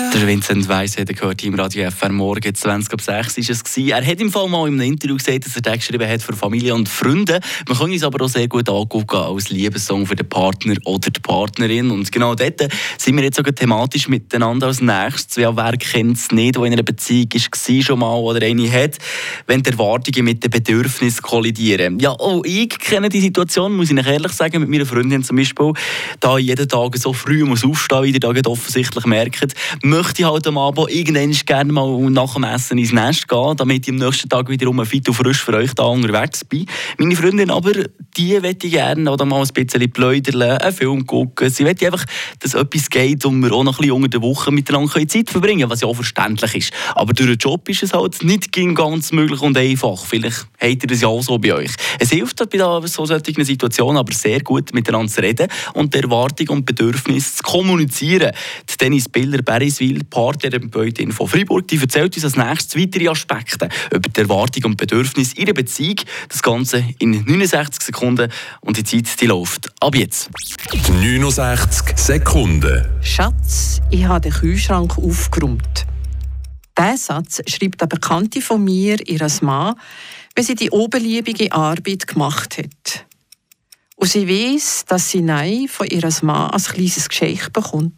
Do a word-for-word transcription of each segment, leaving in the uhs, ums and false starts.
Der Vincent Weiss hat gehört im Radio F R morgen zwanzig ab sechs war es. Er hat im Fall mal in einem Interview gesagt, dass er den geschrieben hat für Familie und Freunde. Man kann uns aber auch sehr gut angucken als Liebessong für den Partner oder die Partnerin. Und genau dort sind wir jetzt sogar thematisch miteinander als nächstes. Ja, wer kennt es nicht, der in einer Beziehung war schon mal oder eine hat, wenn die Erwartungen mit den Bedürfnissen kollidieren. Ja, auch ich kenne die Situation, muss ich Ihnen ehrlich sagen, mit meiner Freundin zum Beispiel, da ich jeden Tag so früh muss aufstehen, wie ihr da offensichtlich merkt, möchte ich halt am Abend irgendwann gerne mal nach dem Essen ins Nest gehen, damit ich am nächsten Tag wiederum fit und frisch für euch da unterwegs bin. Meine Freundin aber, die möchte ich gerne oder mal ein bisschen pläudern, einen Film gucken. Sie möchte einfach, dass etwas geht und wir auch noch ein bisschen unter der Woche miteinander Zeit verbringen können, was ja auch verständlich ist. Aber durch den Job ist es halt nicht ganz möglich und einfach. Vielleicht habt ihr das ja auch so bei euch. Es hilft bei so solchen Situationen aber sehr gut, miteinander zu reden und die Erwartungen und Bedürfnisse zu kommunizieren. Die Dennis Biller Beriswil, Paartherapeutin von Freiburg, die erzählt uns als nächstes weitere Aspekte über die Erwartungen und Bedürfnisse ihrer Beziehung. Das Ganze in neunundsechzig Sekunden und die Zeit die läuft ab jetzt. neunundsechzig Sekunden. Schatz, ich habe den Kühlschrank aufgeräumt. Diesen Satz schreibt eine Bekannte von mir, ihr Mann, wenn sie die oberliebige Arbeit gemacht hat. Und sie weiss, dass sie Nein von ihrem Mann als kleines Geschenk bekommt.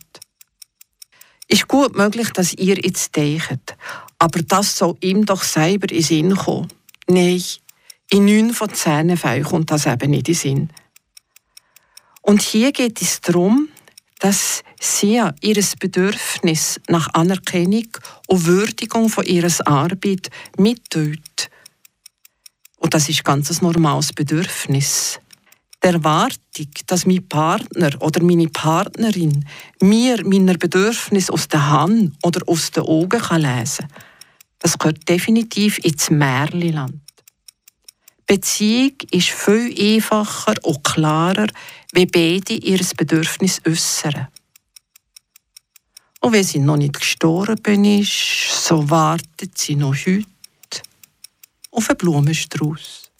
Ist gut möglich, dass ihr jetzt denkt, aber das soll ihm doch selber in den Sinn kommen. Nein, in neun von zehn Fällen kommt das eben nicht in den Sinn. Und hier geht es darum, dass sie ihr Bedürfnis nach Anerkennung und Würdigung von ihrer Arbeit mitteilt. Und das ist ganz ein normales Bedürfnis. Die Erwartung, dass mein Partner oder meine Partnerin mir meine Bedürfnisse aus der Hand oder aus den Augen kann lesen kann, das gehört definitiv ins Märchenland. Beziehung ist viel einfacher und klarer, wenn beide ihr Bedürfnis äußern. Und wenn sie noch nicht gestorben ist, so wartet sie noch heute auf einen Blumenstrauß.